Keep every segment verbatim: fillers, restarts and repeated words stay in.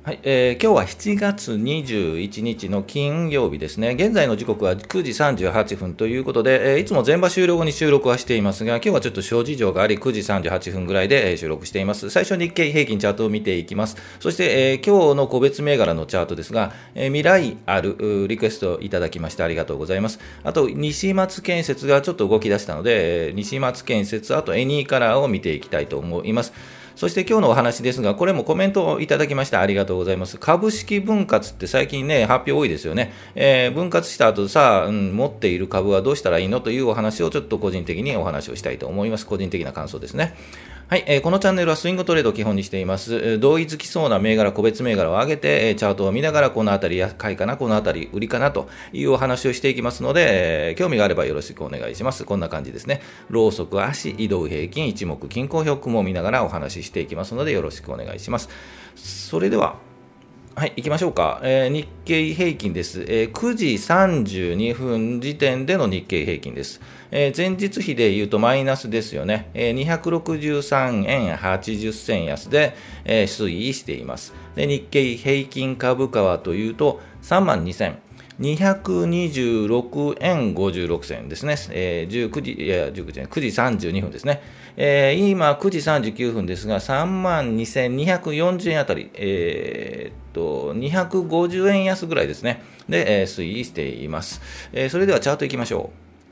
はい、えー、今日はしちがつにじゅういちにちの金曜日ですね。現在の時刻はくじさんじゅうはっぷんということで、えー、いつも全場終了後に収録はしていますが、今日はちょっと諸事情があり、くじさんじゅうはっぷんぐらいで、えー、収録しています。最初に日経平均チャートを見ていきます。そして、えー、今日の個別銘柄のチャートですが、えー、未来あるリクエストいただきましてありがとうございます。あと、西松建設がちょっと動き出したので、えー、西松建設、あとエニーカラーを見ていきたいと思います。そして今日のお話ですが、これもコメントをいただきましてありがとうございます。株式分割って最近ね、発表多いですよね。えー、分割した後さあ、うん、持っている株はどうしたらいいのというお話をちょっと個人的にお話をしたいと思います。個人的な感想ですね。はい、えー、このチャンネルはスイングトレードを基本にしています。同意づきそうな銘柄、個別銘柄を上げて、えー、チャートを見ながら、このあたり買いかな、このあたり売りかなというお話をしていきますので、えー、興味があればよろしくお願いします。こんな感じですね。ローソク足、移動平均、一目均衡表も見ながらお話ししていきますので、よろしくお願いします。それでは、はい、行きましょうか。えー、日経平均です、えー。くじさんじゅうにふん時点での日経平均です。えー、前日比で言うとマイナスですよね。えー、にひゃくろくじゅうさんえんはちじゅっせん安で、えー、推移しています。で、日経平均株価はというとさんまんにせんにひゃくにじゅうろくえんごじゅうろくせんですね。えー、じゅうくじ、いや、じゅうくじ、くじさんじゅうにふんですね。えー、今、くじさんじゅうきゅうふんですが、さんまんにせんにひゃくよんじゅうえんあたり、えー、っと、にひゃくごじゅうえん安ぐらいですね。で、えー、推移しています。えー、それではチャートいきましょう。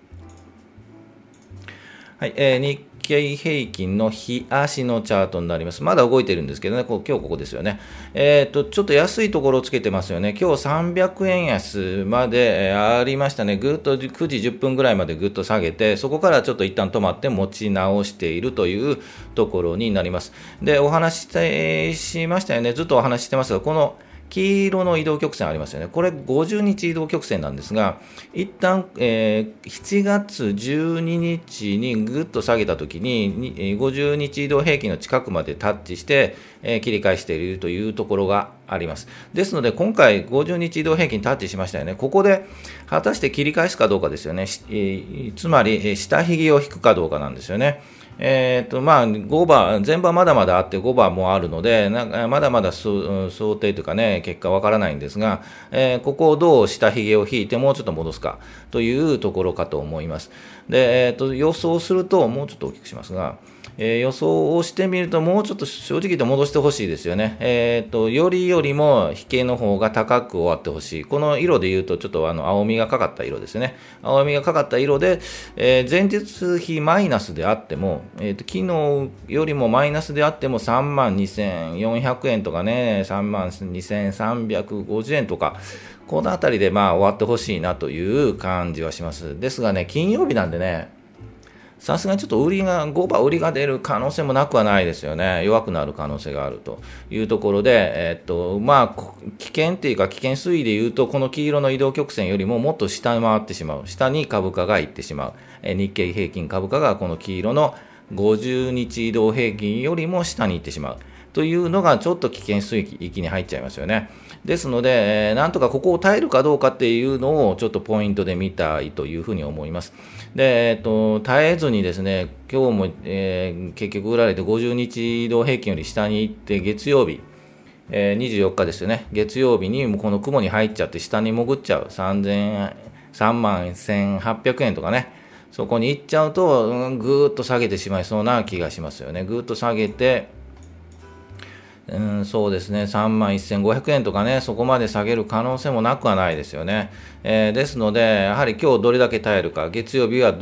はい、えー、日経平均の日足のチャートになります。まだ動いてるんですけどね、こう今日ここですよね。えっと、ちょっと安いところをつけてますよね。今日さんびゃくえん安までありましたね。ぐっとくじじゅっぷんぐらいまでぐっと下げて、そこからちょっと一旦止まって持ち直しているというところになります。で、お話ししましたよね。ずっとお話ししてますが、この黄色の移動曲線ありますよね。これごじゅうにち移動曲線なんですが、一旦、えー、しちがつじゅうににちにぐっと下げたときに、ごじゅうにち移動平均の近くまでタッチして、えー、切り返しているというところがあります。ですので、今回ごじゅうにち移動平均タッチしましたよね。ここで果たして切り返すかどうかですよね。えー、つまり、下髭を引くかどうかなんですよね。えーとまあ、ごば、前場まだまだあってごばもあるので、なんかまだまだ想定というかね、結果わからないんですが、えー、ここをどう下髭を引いてもうちょっと戻すかというところかと思います。で、えーと、予想すると、もうちょっと大きくしますが、えー、予想をしてみると、もうちょっと正直言って戻してほしいですよね。えーと、よりよりも引けの方が高く終わってほしい。この色で言うと、ちょっとあの青みがかかった色ですね。青みがかかった色で、えー、前日比マイナスであっても、えーと、昨日よりもマイナスであってもさんまんにせんよんひゃくえんとかね、さんまんにせんさんびゃくごじゅうえんとか、このあたりでまあ終わってほしいなという感じはします。ですがね、金曜日なんでね、さすがにちょっと売りが、ごば売りが出る可能性もなくはないですよね。弱くなる可能性があるというところで、えっと、まあ、危険っていうか危険推移で言うと、この黄色の移動曲線よりももっと下回ってしまう。下に株価が行ってしまう。え日経平均株価がこの黄色のごじゅうにち移動平均よりも下に行ってしまう。というのがちょっと危険水域に入っちゃいますよね。ですので、えー、なんとかここを耐えるかどうかっていうのをちょっとポイントで見たいというふうに思います。で、えっと、耐えずにですね、今日も、えー、結局売られてごじゅうにち移動平均より下に行って月曜日、えー、にじゅうよっかですよね。月曜日にこの雲に入っちゃって下に潜っちゃう。さんまんせんはっぴゃくえんとかね。そこに行っちゃうと、うん、ぐーっと下げてしまいそうな気がしますよね。ぐーっと下げて、うん、そうですね、さんまんせんごひゃくえんとかね、そこまで下げる可能性もなくはないですよね。えー、ですので、やはり今日どれだけ耐えるか、月曜日は、うん、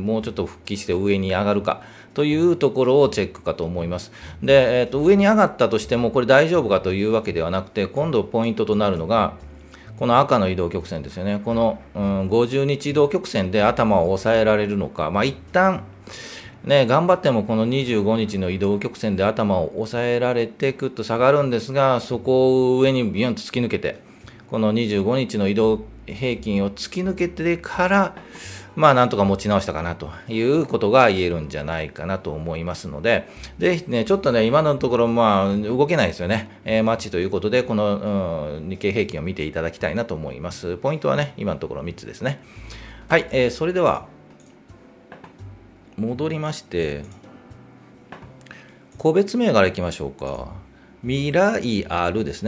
もうちょっと復帰して上に上がるかというところをチェックかと思います。で、えーと、上に上がったとしても、これ大丈夫かというわけではなくて、今度ポイントとなるのが、この赤の移動曲線ですよね。この、うん、ごじゅうにち移動曲線で頭を抑えられるのか、まあ、一旦ね、頑張ってもこのにじゅうごにちの移動曲線で頭を抑えられてぐっと下がるんですが、そこを上にビヨンと突き抜けて、このにじゅうごにちの移動平均を突き抜けてから、まあなんとか持ち直したかなということが言えるんじゃないかなと思いますので、ぜひね、ちょっとね、今のところまあ動けないですよね。えー、待ちということで、この、うん、日経平均を見ていただきたいなと思います。ポイントはね、今のところみっつですね。はい、えー、それでは、戻りまして、個別銘柄いきましょうか。未来あるですね。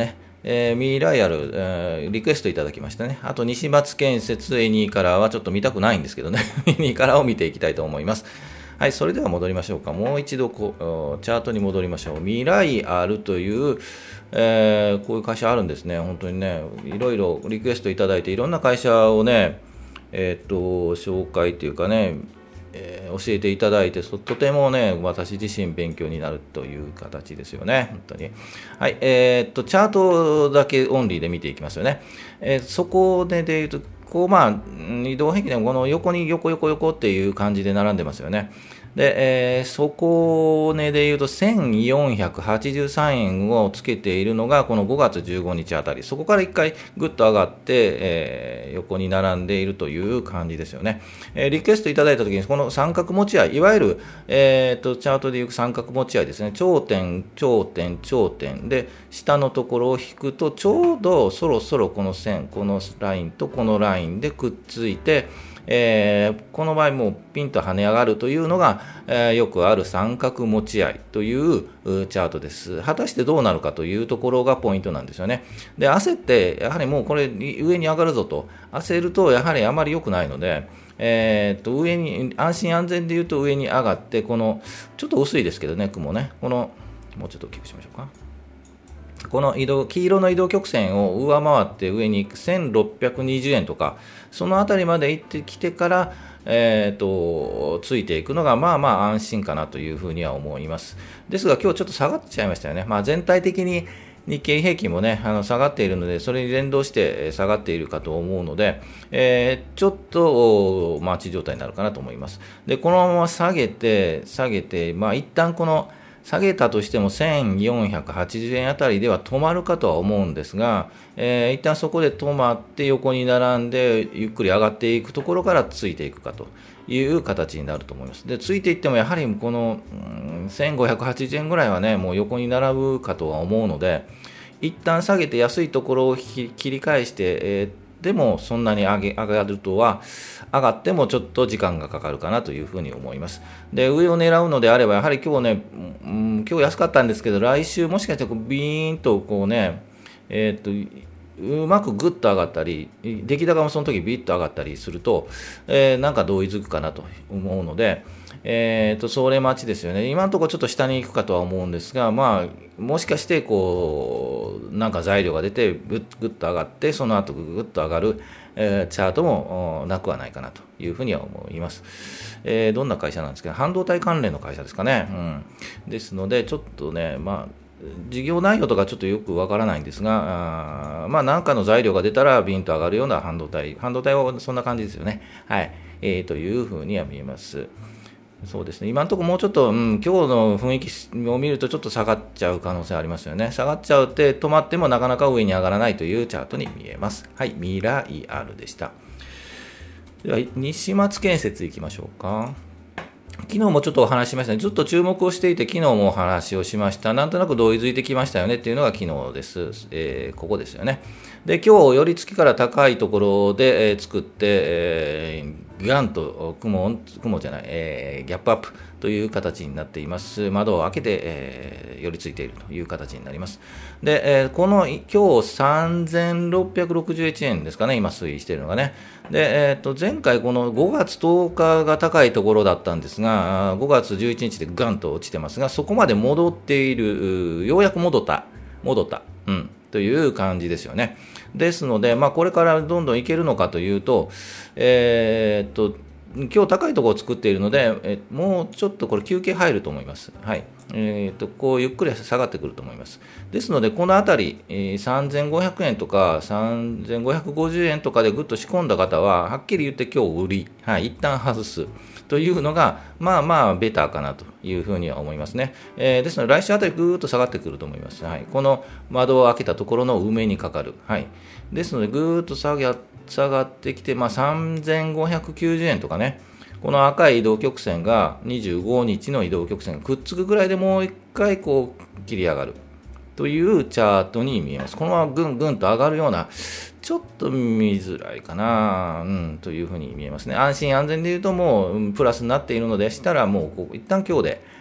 えー、未来ある、えー、リクエストいただきましたね。あと、西松建設エニーカラーはちょっと見たくないんですけどね。エニーカラーを見ていきたいと思います。はい、それでは戻りましょうか。もう一度こうチャートに戻りましょう。未来あるという、えー、こういう会社あるんですね。本当にね、いろいろリクエストいただいて、いろんな会社をね、えー、っと、紹介というかね、えー、教えていただいて、とてもね、私自身勉強になるという形ですよね。本当に。はい、えー、っと、チャートだけオンリーで見ていきますよね。えー、そこでで言うと、こうまあ、移動平均でもこの横に横横横っていう感じで並んでますよね。で、えー、底値で言うとせんよんひゃくはちじゅうさんえんをつけているのがこのごがつじゅうごにちあたり、そこからいっかいぐっと上がって、えー、横に並んでいるという感じですよね。えー、リクエストいただいたときにこの三角持ち合い、いわゆる、えー、とチャートでいう三角持ち合いですね。頂点、頂点、頂点で下のところを引くとちょうどそろそろこの線、このラインとこのラインでくっついて、えー、この場合もうピンと跳ね上がるというのが、えー、よくある三角持ち合いというチャートです。果たしてどうなるかというところがポイントなんですよね。で、焦ってやはりもうこれ上に上がるぞと焦るとやはりあまり良くないので、えー、っと上に安心安全で言うと上に上がって、このちょっと薄いですけどね、雲ね、このもうちょっと大きくしましょうか。この移動黄色の移動曲線を上回って上にせんろっぴゃくにじゅうえんとかそのあたりまで行ってきてから、えー、とついていくのがまあまあ安心かなというふうには思います。ですが今日ちょっと下がっちゃいましたよね。まあ、全体的に日経平均もねあの下がっているのでそれに連動して下がっているかと思うので、えー、ちょっと待ち状態になるかなと思います。でこのまま下げて下げて、まあ、一旦この下げたとしてもせんよんひゃくはちじゅうえんあたりでは止まるかとは思うんですが、えー、一旦そこで止まって横に並んでゆっくり上がっていくところからついていくかという形になると思います。でついていってもやはりこの、うん、せんごひゃくはちじゅうえんぐらいはねもう横に並ぶかとは思うので、一旦下げて安いところを切り返して、えーでもそんなに上げ上がるとは上がってもちょっと時間がかかるかなというふうに思います。で上を狙うのであればやはり今日ね、うん、今日安かったんですけど来週もしかしてビーンとこうねえー、っとうまくグッと上がったり出来高もその時ビッと上がったりすると、えー、なんか同意づくかなと思うので、えー、とそれ待ちですよね。今のところちょっと下に行くかとは思うんですが、まあ、もしかしてこうなんか材料が出てぐっぐっと上がってその後ぐぐっと上がる、えー、チャートもなくはないかなというふうには思います。えー、どんな会社なんですかね。半導体関連の会社ですかね。うん、ですのでちょっとね、まあ事業内容とかちょっとよくわからないんですが、あまあ何かの材料が出たらビンと上がるような半導体、半導体はそんな感じですよね。はい、えー、というふうには見えます。そうですね、今のところもうちょっと、うん、今日の雰囲気を見るとちょっと下がっちゃう可能性ありますよね。下がっちゃうって止まってもなかなか上に上がらないというチャートに見えます。はい、未来あるでした。では西松建設いきましょうか。昨日もちょっとお話ししましたね。ずっと注目をしていて、昨日もお話をしました。なんとなく同意づいてきましたよねっていうのが昨日です。えー、ここですよね。で、今日、寄り付きから高いところで、えー、作って、えー、ガンと雲、雲じゃない、えー、ギャップアップという形になっています。窓を開けて、えー、寄り付いているという形になります。で、えー、この今日さんぜんろっぴゃくろくじゅういちえんですかね、今推移しているのがね。で、えー、と前回このごがつとおかが高いところだったんですが、ごがつじゅういちにちでガンと落ちてますが、そこまで戻っている、ようやく戻った、戻った、うん、という感じですよね。ですので、まあ、これからどんどんいけるのかというと、えー、っと、今日高いところを作っているので、えもうちょっとこれ休憩入ると思います。はい。えー、とこうゆっくり下がってくると思います。ですので、このあたり、えー、さんぜんごひゃくえんとかさんぜんごひゃくごじゅうえんとかでぐっと仕込んだ方は、はっきり言って今日売り、はい、一旦外すというのが、まあまあベターかなというふうには思いますね。えー、ですので、来週あたりぐーっと下がってくると思います。はい、この窓を開けたところの上にかかる。はい、ですので、ぐーっと下が下がってきて、まあ、さんぜんごひゃくきゅうじゅうえんとかね、この赤い移動曲線がにじゅうごにちの移動曲線がくっつくぐらいでもう一回こう切り上がるというチャートに見えます。このままぐんぐんと上がるような、ちょっと見づらいかな、うん、というふうに見えますね。安心安全でいうともうプラスになっているのでしたらもうこう一旦今日で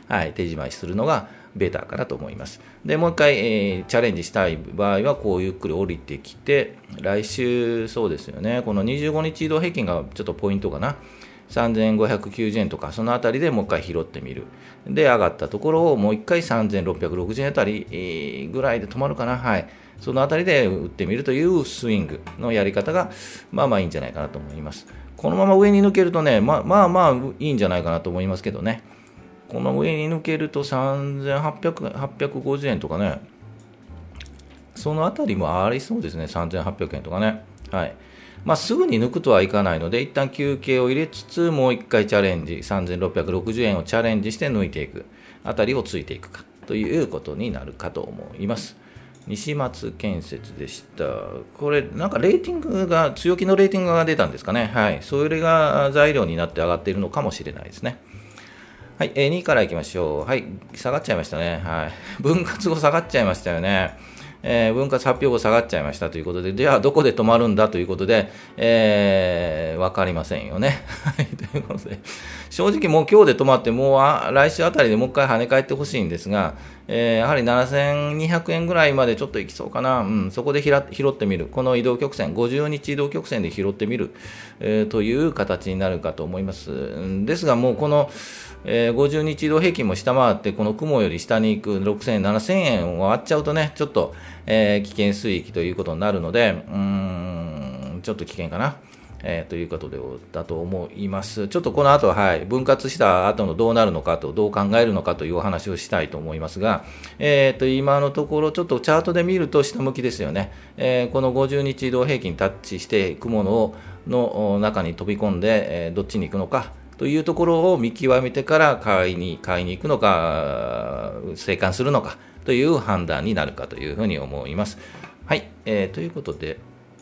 はい、手締まいするのがベターかなと思います。で、もう一回、えー、チャレンジしたい場合は、こうゆっくり降りてきて、来週、そうですよね、このにじゅうごにち移動平均がちょっとポイントかな。さんぜんごひゃくきゅうじゅうえんとか、そのあたりでもう一回拾ってみる。で、上がったところをもう一回さんぜんろっぴゃくろくじゅうえんあたりぐらいで止まるかな。はい。そのあたりで打ってみるというスイングのやり方が、まあまあいいんじゃないかなと思います。このまま上に抜けるとね、まあまあまあいいんじゃないかなと思いますけどね。この上に抜けるとさんぜんはっぴゃく、はっぴゃくごじゅうえんとかね、そのあたりもありそうですね、さんぜんはっぴゃくえんとかね。はい。まあ、すぐに抜くとはいかないので、一旦休憩を入れつつ、もう一回チャレンジ、さんぜんろっぴゃくろくじゅうえんをチャレンジして抜いていく、あたりをついていくかということになるかと思います。西松建設でした。これ、なんかレーティングが、強気のレーティングが出たんですかね。はい。それが材料になって上がっているのかもしれないですね。はい、えー、にいからいきましょう。はい、下がっちゃいましたね。はい。分割後下がっちゃいましたよね。えー、分割発表後下がっちゃいましたということで、じゃあどこで止まるんだということで、えー、わかりませんよね。はい、ということで、正直もう今日で止まって、もうあ来週あたりでもう一回跳ね返ってほしいんですが、えー、やはりななせんにひゃくえんぐらいまでちょっといきそうかな。うん、そこでひら拾ってみる。この移動曲線、ごじゅうにち移動曲線で拾ってみる、えー、という形になるかと思います。ですが、もうこの、えー、ごじゅうにち移動平均も下回って、この雲より下に行くろくせんえん、ななせんえんを割っちゃうとね、ちょっと、えー、危険水域ということになるので、うーん、ちょっと危険かな。えー、ということでだと思います。ちょっとこの後は、はい、分割した後のどうなるのかと、どう考えるのかというお話をしたいと思いますが、えー、と今のところ、ちょっとチャートで見ると下向きですよね。えー、このごじゅうにち移動平均タッチして、雲のの中に飛び込んで、えー、どっちに行くのかというところを見極めてから買いに、買いに行くのか、生還するのかという判断になるかというふうに思います。はい、えー、ということで、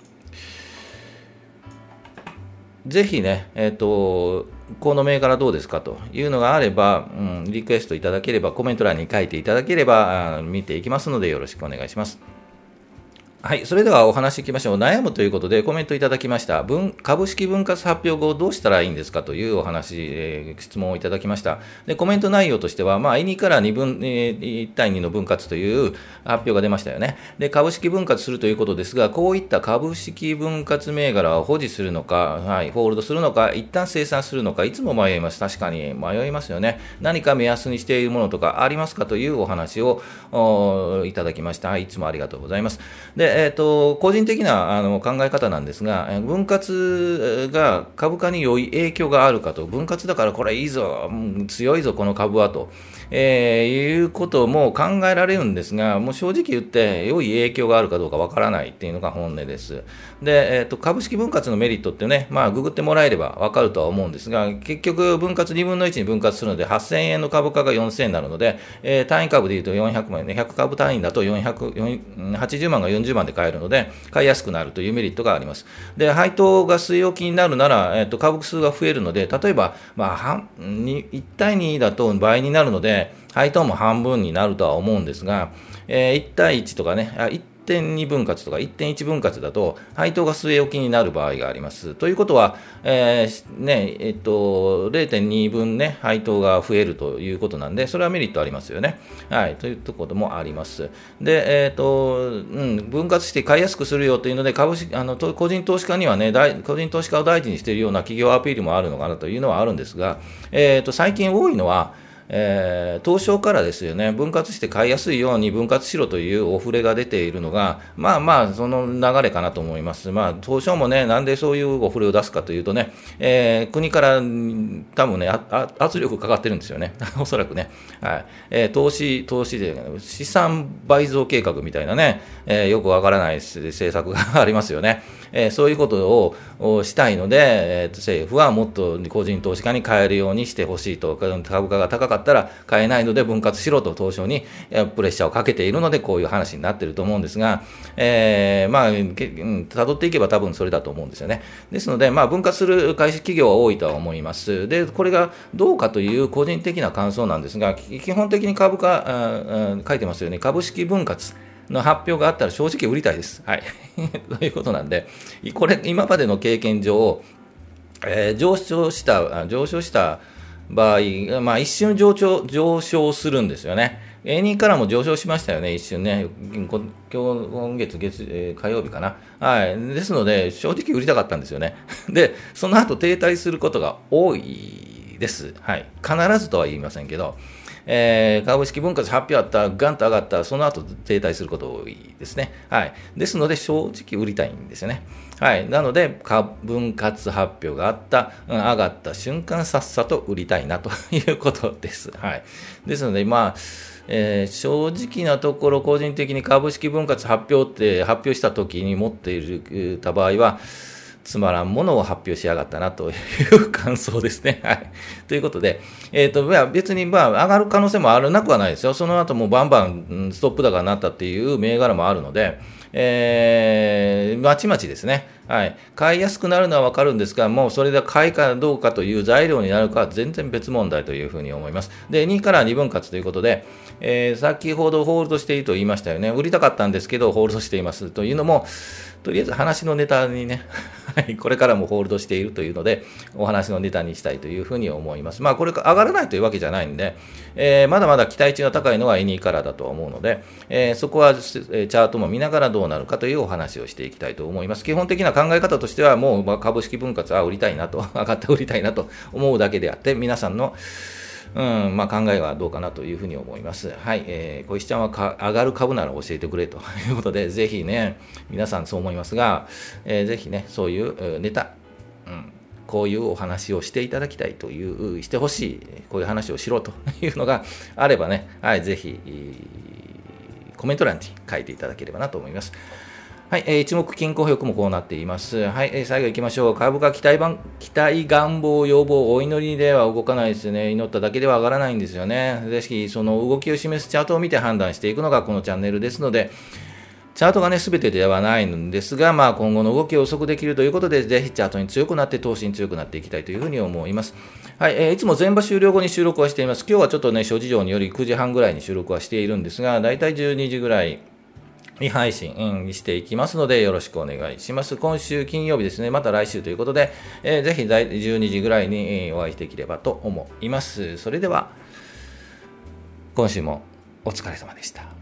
ぜひね、えっと、この銘柄どうですかというのがあれば、うん、リクエストいただければ、コメント欄に書いていただければ、見ていきますので、よろしくお願いします。はい、それではお話いきましょう。悩むということでコメントいただきました。分株式分割発表後どうしたらいいんですかというお話、えー、質問をいただきました。で、コメント内容としては、まあ、にからにぶん、えー、いち対にの分割という発表が出ましたよね。で、株式分割するということですが、こういった株式分割銘柄を保持するのか、はい、ホールドするのか、一旦生産するのか、いつも迷います。確かに迷いますよね。何か目安にしているものとかありますかというお話をいただきました。いつもありがとうございます。で、えーと、個人的なあの考え方なんですが、分割が株価に良い影響があるかと、分割だからこれいいぞ、強いぞ、この株はと、えー、いうことも考えられるんですが、もう正直言って、良い影響があるかどうかわからないっていうのが本音です。で、えーと、株式分割のメリットってね、まあ、ググってもらえればわかるとは思うんですが、結局、分割にぶんのいちに分割するので、はっせんえんの株価がよんせんえんになるので、えー、単位株でいうとよんひゃくまんね、ひゃくかぶ単位だとよんひゃくはちじゅうまんがよんじゅうまんで買えるので、買いやすくなるというメリットがあります。で、配当が据え置きになるなら、えーと、株数が増えるので、例えば、まあ、半いち対にだと倍になるので、配当も半分になるとは思うんですが、えー、いち対いちとかね、いってんに 分割とか いってんいち 分割だと配当が据え置きになる場合があります。ということは、えーねえっと、れいてんにぶん、ね、配当が増えるということなんで、それはメリットありますよね。はい、というところもあります。で、えっとうん、分割して買いやすくするよというので、株式あの個人投資家にはね、個人投資家を大事にしているような企業アピールもあるのかなというのはあるんですが、えっと最近多いのは、えー、東証からですよね、分割して買いやすいように分割しろというお触れが出ているのが、まあまあ、その流れかなと思います。まあ、東証もね、なんでそういうお触れを出すかというとね、えー、国から多分ね、圧力かかってるんですよね、おそらくね。はいえー、投資、投資で、資産倍増計画みたいなね、えー、よくわからない政策がありますよね。えー、そういうことをしたいので、えー、政府はもっと個人投資家に買えるようにしてほしいと、株価が高かったら買えないので分割しろと東証にプレッシャーをかけているので、こういう話になっていると思うんですが、えー、まあ、辿っていけば多分それだと思うんですよね。ですので、まあ、分割する会社企業は多いとは思います。で、これがどうかという個人的な感想なんですが、基本的に株価、ああ書いてますよね、株式分割の発表があったら正直売りたいです。はい。ということなんで、これ、今までの経験上、えー、上昇した、上昇した場合、まあ、一瞬上昇上昇するんですよね。エーツー からも上昇しましたよね、一瞬ね。今日、今月月、えー、火曜日かな。はい。ですので、正直売りたかったんですよね。で、その後停滞することが多いです。はい。必ずとは言いませんけど、えー、株式分割発表あった、ガンと上がった、その後停滞すること多いですね。はい。ですので、正直売りたいんですよね。はい。なので、株分割発表があった、うん、上がった瞬間、さっさと売りたいなということです。はい。ですので、まあ、えー、正直なところ、個人的に株式分割発表って発表したときに持っていた場合は、つまらんものを発表しやがったなという感想ですね。はい。ということで、えっと、別にまあ上がる可能性もあるなくはないですよ。その後もバンバンストップ高になったっていう銘柄もあるので、えー、まちまちですね。はい。買いやすくなるのはわかるんですが、もうそれで買いかどうかという材料になるかは全然別問題というふうに思います。で、にからに分割ということで、えー、先ほどホールドしていると言いましたよね。売りたかったんですけど、ホールドしていますというのも、とりあえず話のネタにね、これからもホールドしているというので、お話のネタにしたいというふうに思います。まあ、これ上がらないというわけじゃないんで、えー、まだまだ期待値が高いのは エヌイー からだと思うので、えー、そこはチャートも見ながらどうなるかというお話をしていきたいと思います。基本的な考え方としては、もう株式分割は売りたいなと、上がって売りたいなと思うだけであって、皆さんのうんまあ、考えはどうかなというふうに思います。はい、えー、小石ちゃんはか上がる株なら教えてくれということで、ぜひね、皆さんそう思いますが、えー、ぜひね、そういうネタ、うん、こういうお話をしていただきたいという、してほしい、こういう話をしろというのがあればね、はい、ぜひ、コメント欄に書いていただければなと思います。はい、えー、一目均衡表もこうなっています。はい、えー、最後行きましょう。株価期待版、期待願望、要望、お祈りでは動かないですね。祈っただけでは上がらないんですよね。ぜひ、その動きを示すチャートを見て判断していくのがこのチャンネルですので、チャートがね、すべてではないんですが、まあ、今後の動きを予測できるということで、ぜひチャートに強くなって、投資に強くなっていきたいというふうに思います。はい、えー、いつも全場終了後に収録はしています。今日はちょっとね、諸事情によりくじはんぐらいに収録はしているんですが、だいたいじゅうにじぐらい、配信にしていきますのでよろしくお願いします。今週金曜日ですね、また来週ということで、えー、ぜひじゅうにじぐらいにお会いできればと思います。それでは今週もお疲れ様でした。